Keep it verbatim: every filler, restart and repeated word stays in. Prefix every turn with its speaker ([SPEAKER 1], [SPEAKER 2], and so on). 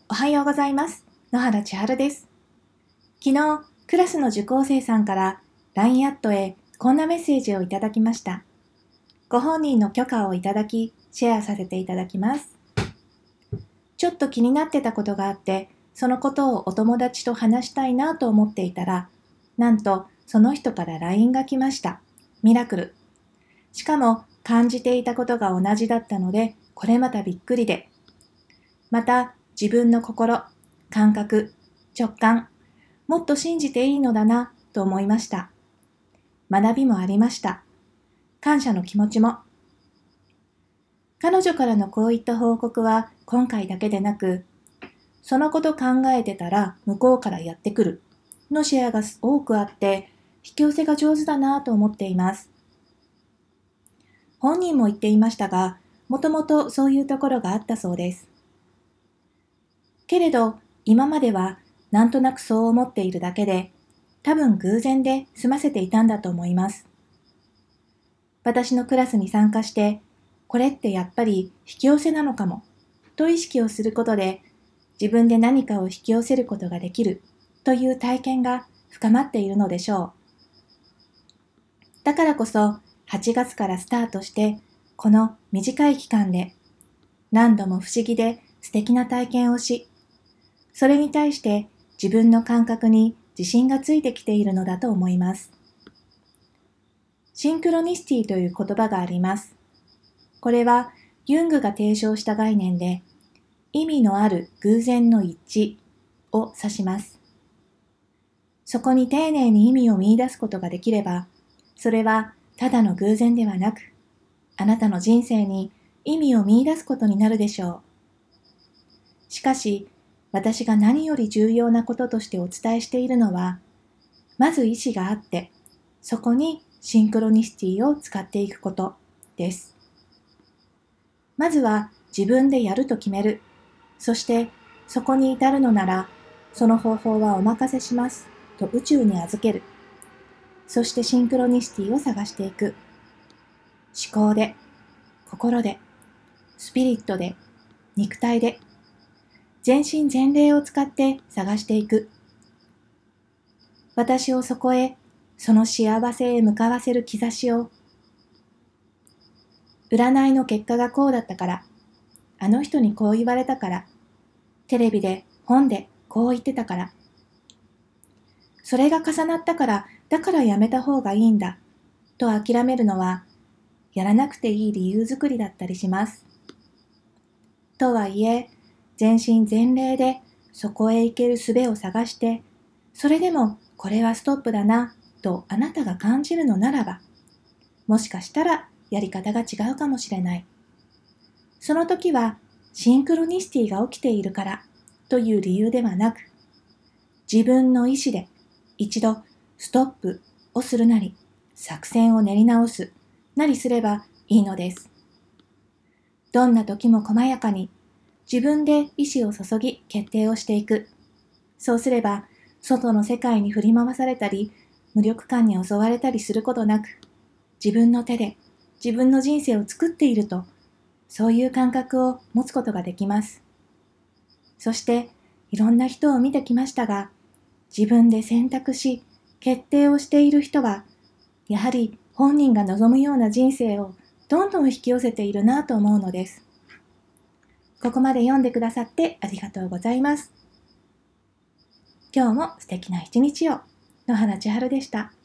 [SPEAKER 1] おはようございます。野原千春です。昨日、クラスの受講生さんから ライン アットへこんなメッセージをいただきました。ご本人の許可をいただき、シェアさせていただきます。ちょっと気になってたことがあって、そのことをお友達と話したいなと思っていたら、なんとその人から ライン が来ました。ミラクル。しかも感じていたことが同じだったので、これまたびっくりで。また、自分の心、感覚、直感、もっと信じていいのだなと思いました。学びもありました。感謝の気持ちも。彼女からのこういった報告は今回だけでなく、そのこと考えてたら向こうからやってくるのシェアが多くあって、引き寄せが上手だなと思っています。本人も言っていましたが、もともとそういうところがあったそうです。けれど、今まではなんとなくそう思っているだけで、多分偶然で済ませていたんだと思います。私のクラスに参加して、これってやっぱり引き寄せなのかも、と意識をすることで、自分で何かを引き寄せることができるという体験が深まっているのでしょう。だからこそ、はちがつからスタートして、この短い期間で、何度も不思議で素敵な体験をし、それに対して自分の感覚に自信がついてきているのだと思います。シンクロニシティという言葉があります。これはユングが提唱した概念で、意味のある偶然の一致を指します。そこに丁寧に意味を見出すことができれば、それはただの偶然ではなく、あなたの人生に意味を見出すことになるでしょう。しかし、私が何より重要なこととしてお伝えしているのは、まず意志があって、そこにシンクロニシティを使っていくことです。まずは自分でやると決める。そしてそこに至るのなら、その方法はお任せしますと宇宙に預ける。そしてシンクロニシティを探していく。思考で、心で、スピリットで、肉体で、全身全霊を使って探していく。私をそこへ、その幸せへ向かわせる兆しを。占いの結果がこうだったから、あの人にこう言われたから、テレビで本でこう言ってたから、それが重なったから、だからやめた方がいいんだ、と諦めるのは、やらなくていい理由作りだったりします。とはいえ、全身全霊でそこへ行ける術を探して、それでもこれはストップだな、とあなたが感じるのならば、もしかしたらやり方が違うかもしれない。その時はシンクロニシティが起きているからという理由ではなく、自分の意思で一度ストップをするなり、作戦を練り直すなりすればいいのです。どんな時も細やかに自分で意志を注ぎ決定をしていく。そうすれば、外の世界に振り回されたり、無力感に襲われたりすることなく、自分の手で自分の人生を作っていると、そういう感覚を持つことができます。そして、いろんな人を見てきましたが、自分で選択し、決定をしている人は、やはり本人が望むような人生をどんどん引き寄せているなと思うのです。ここまで読んでくださってありがとうございます。今日も素敵な一日を。野原千春でした。